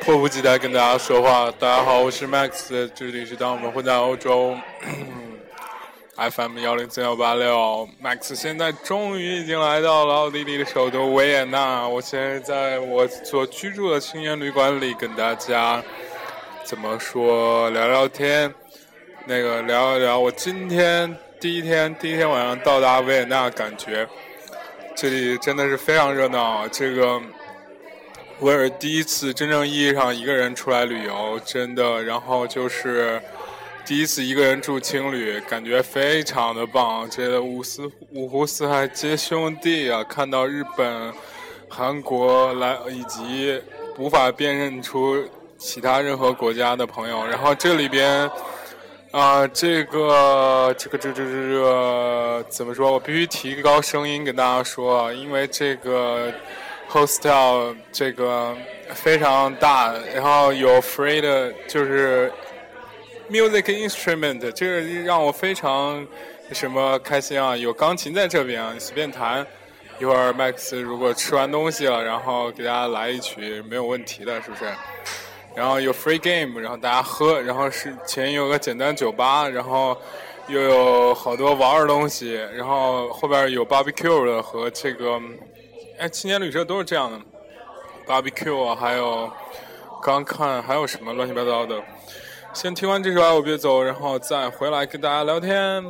迫不及待跟大家说话。大家好，我是 Max， 这里是当我们混在欧洲FM 104.186。Max 现在终于已经来到了奥地利的首都维也纳，我现在在我所居住的青年旅馆里跟大家怎么说聊聊天，聊一聊我今天第一天晚上到达维也纳，感觉这里真的是非常热闹。这个我也是第一次真正意义上一个人出来旅游，真的，然后就是第一次一个人住青旅，感觉非常的棒。这五湖四海皆兄弟啊！看到日本、韩国来以及无法辨认出其他任何国家的朋友，然后这里边这个怎么说？我必须提高声音跟大家说，因为这个 hostel 这个非常大，然后有 free 的，就是 music instrument， 这个让我非常开心啊！有钢琴在这边啊，你随便弹。一会儿 Max 如果吃完东西了，然后给大家来一曲没有问题的，是不是？然后有 free game， 然后大家喝，然后是前有个简单酒吧，然后又有好多玩的东西，然后后边有 barbecue 的和这个，青年旅社都是这样的 barbecue 啊，还有刚看还有什么乱七八糟的。先听完这首爱我别走，然后再回来跟大家聊天。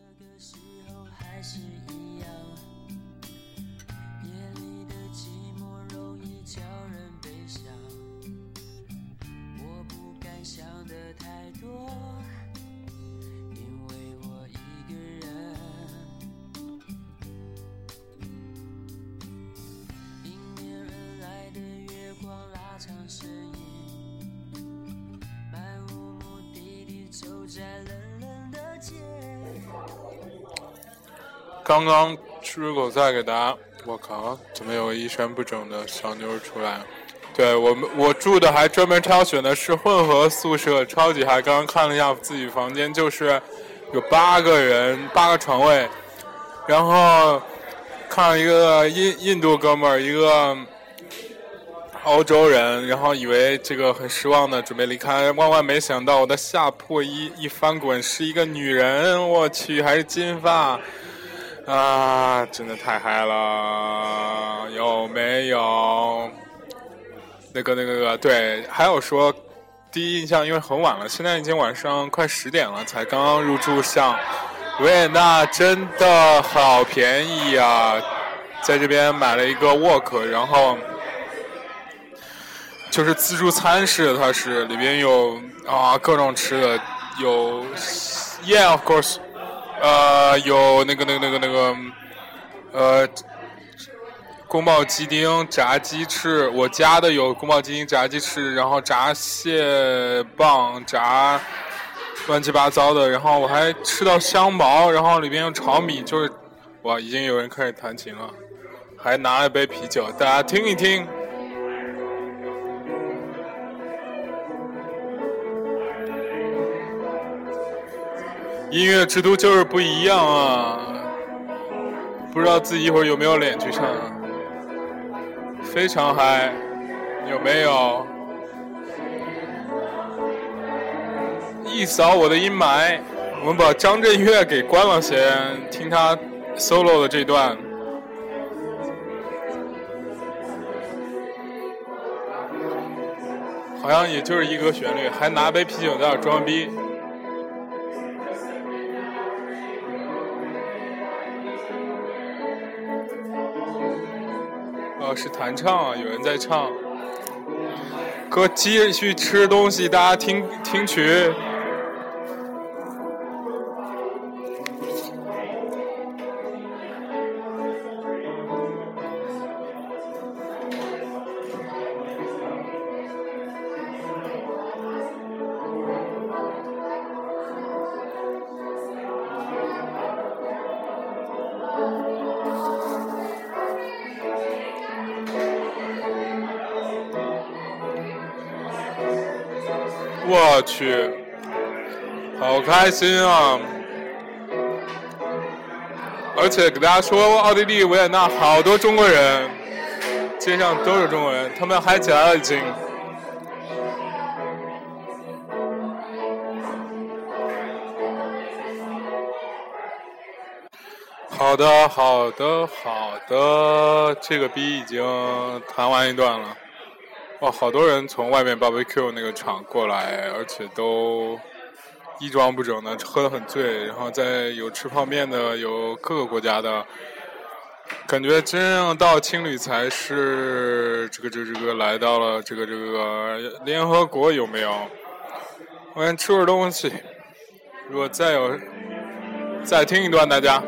刚刚吃口菜给大家，我靠，怎么有个一赡不整的小妞出来？对，我住的还专门挑选的是混合宿舍，超级嗨。刚刚看了一下自己房间，就是有8个人，8个床位，然后看了一个印度哥们儿，一个欧洲人，然后以为这个很失望的准备离开，万万没想到我的下铺一翻滚是一个女人，我去，还是金发啊，真的太嗨了！有没有那个对，还有说第一印象，因为很晚了，现在已经晚上快10点了，才刚刚入住。像维也纳真的好便宜啊，在这边买了一个 wok， 然后就是自助餐式的，它是里边有各种吃的，有 yeah of course， 有那个宫保鸡丁、炸鸡翅，我家的有宫保鸡丁、炸鸡翅，然后炸蟹棒、炸乱七八糟的，然后我还吃到香茅，然后里边有炒米，就是哇，已经有人开始弹琴了，还拿了杯啤酒，大家听一听。音乐之都就是不一样啊，不知道自己一会儿有没有脸去唱啊，非常嗨，有没有？一扫我的阴霾，我们把张震岳给关了先，听他 solo 的这段。好像也就是一个旋律，还拿杯啤酒在那装逼。是弹唱啊，有人在唱。哥继续吃东西，大家听曲。我去，好开心啊！而且给大家说，奥地利维也纳好多中国人，街上都是中国人，他们嗨起来了已经。 好的，好的，好的，这个逼已经弹完一段了。哇，好多人从外面 barbecue 那个场过来，而且都衣装不整的，喝得很醉，然后有吃泡面的，有各个国家的，感觉真正到青旅才是这个来到了这个联合国有没有？我先吃会儿东西，如果再听一段，大家。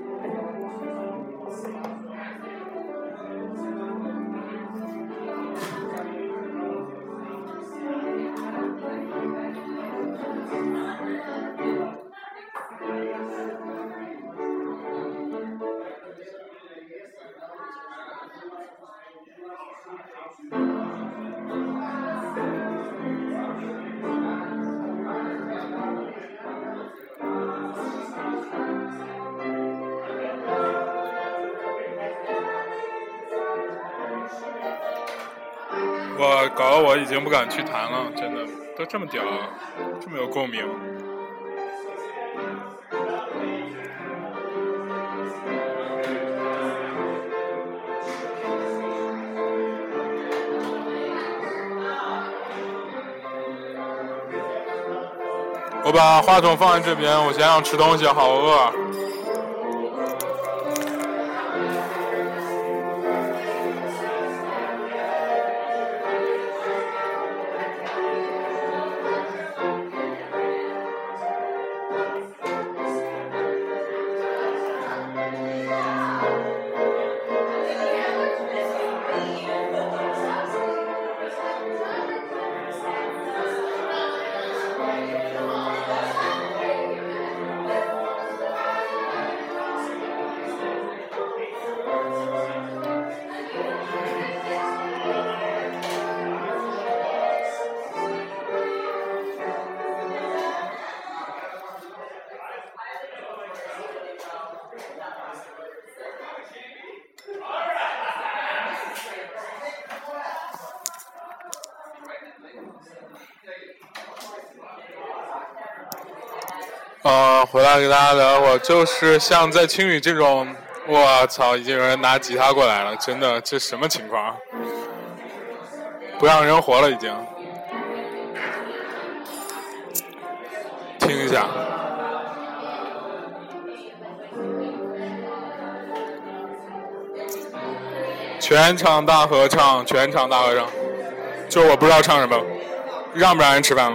我搞得我已经不敢去弹了，真的都这么屌，这么有共鸣。我把话筒放在这边，我先要吃东西，好饿。回来给大家聊会儿，就是像在青旅这种，我操，已经有人拿吉他过来了，真的，这什么情况？不让人活了，已经。听一下。全场大合唱，全场大合唱，就我不知道唱什么，让不让人吃饭了？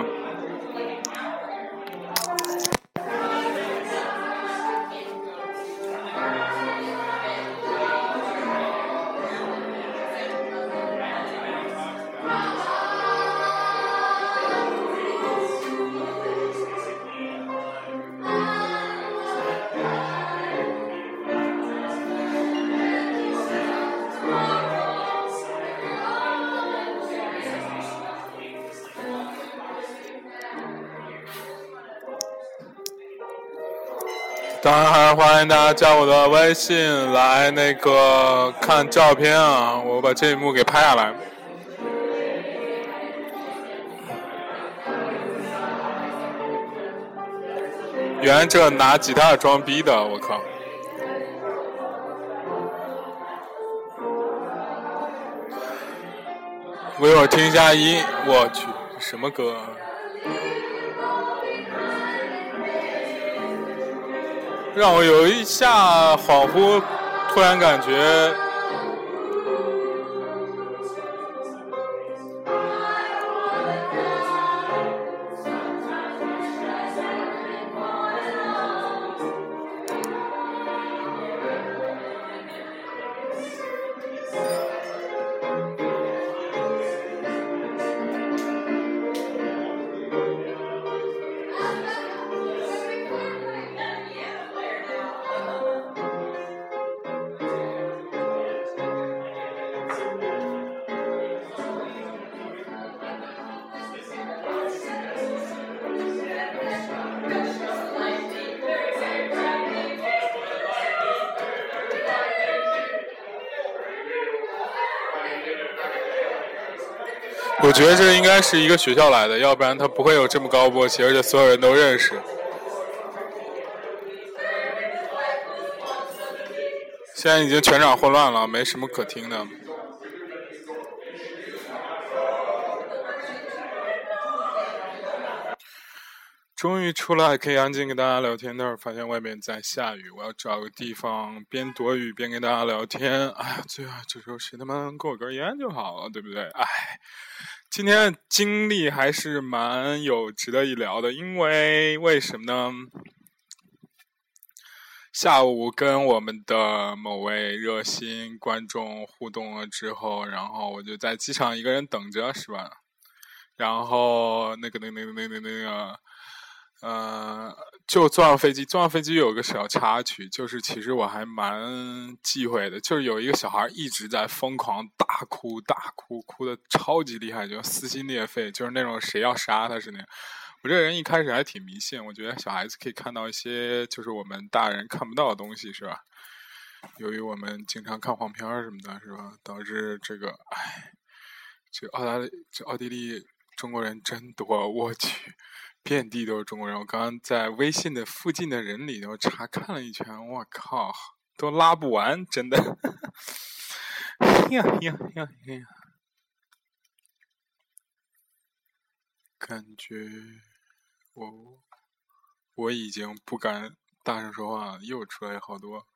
当然还是欢迎大家加我的微信来看照片啊，我把这一幕给拍下来。原来这拿吉他装逼的，我靠！我一会儿听一下音，我去，什么歌？让我有一下恍惚，突然感觉我觉得这应该是一个学校来的，要不然他不会有这么高波气，而且所有人都认识。 现在已经全场混乱了，没什么可听的。终于出来可以安静跟大家聊天，但是发现外面在下雨，我要找个地方边躲雨边跟大家聊天。哎呀，最好这时候谁他妈给我根烟就好了，对不对？哎，今天的经历还是蛮有值得一聊的，因为什么呢？下午跟我们的某位热心观众互动了之后，然后我就在机场一个人等着，是吧？然后就坐上飞机。坐上飞机有个小插曲，就是其实我还蛮忌讳的，就是有一个小孩一直在疯狂大哭，哭的超级厉害，就撕心裂肺，就是那种谁要杀他似的。我这个人一开始还挺迷信，我觉得小孩子可以看到一些就是我们大人看不到的东西，是吧？由于我们经常看黄片什么的，是吧？导致这个，这奥地利中国人真多，我去，遍地都是中国人。我刚刚在微信的附近的人里头查看了一圈，我靠，都拉不完，真的。呀，感觉我已经不敢大声说话了，又出来好多。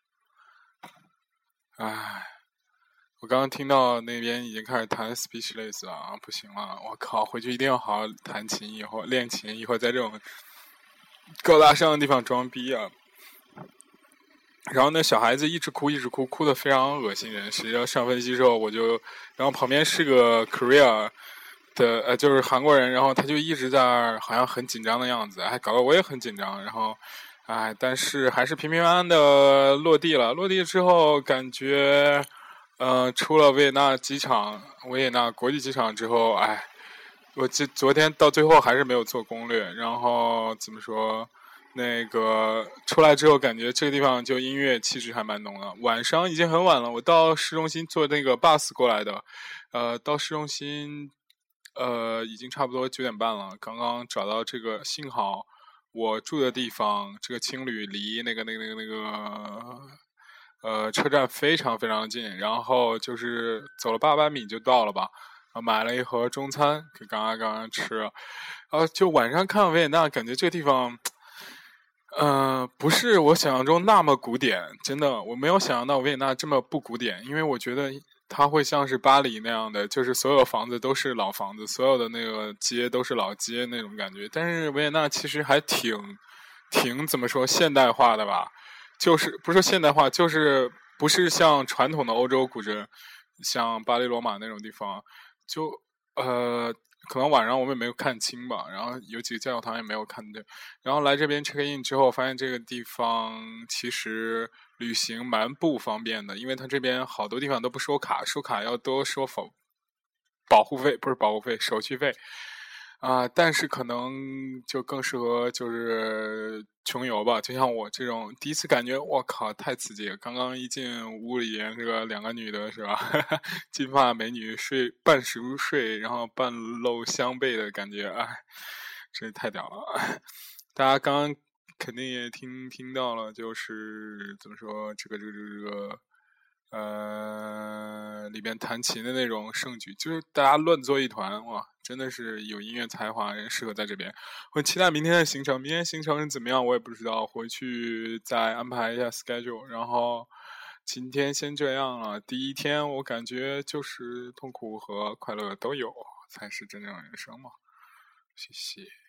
唉，我刚刚听到那边已经开始弹 Speechless 了啊，不行了，我靠，回去一定要好好弹琴，以后练琴，以后在这种高大上的地方装逼啊。然后那小孩子一直哭，哭得非常恶心人。实际上上飞机之后，然后旁边是个 Korea 的就是韩国人，然后他就一直在好像很紧张的样子，搞得我也很紧张。然后，但是还是平平安安的落地了。落地之后，感觉，出了维也纳国际机场之后，我昨天到最后还是没有做攻略。然后怎么说？那个出来之后，感觉这个地方就音乐气质还蛮浓的。晚上已经很晚了，我到市中心坐那个 bus 过来的，到市中心，已经差不多9点半了。刚刚找到这个，幸好我住的地方，这个青旅离那个车站非常非常的近，然后就是走了800米就到了吧。买了一盒中餐，给刚刚吃。就晚上看维也纳，感觉这个地方。不是我想象中那么古典，真的，我没有想象到维也纳这么不古典，因为我觉得它会像是巴黎那样的，就是所有房子都是老房子，所有的那个街都是老街那种感觉。但是维也纳其实还挺怎么说现代化的吧，就是不是现代化，就是不是像传统的欧洲古镇，像巴黎罗马那种地方，就可能晚上我们也没有看清吧，然后有几个教堂也没有看对，然后来这边 check in 之后，发现这个地方其实旅行蛮不方便的，因为它这边好多地方都不收卡，收卡要多收保护费，不是保护费，手续费。但是可能就更适合就是穷游吧，就像我这种第一次感觉，我靠，太刺激了！刚刚一进屋里，这个2个女的是吧，金发美女半熟睡，然后半露香背的感觉，真是太屌了！大家刚刚肯定也听到了，就是怎么说这个里边弹琴的那种盛举，就是大家乱作一团，哇，真的是有音乐才华人适合在这边。我期待明天的行程，明天行程是怎么样我也不知道，回去再安排一下 schedule。然后今天先这样了，第一天我感觉就是痛苦和快乐都有，才是真正的人生嘛。谢谢。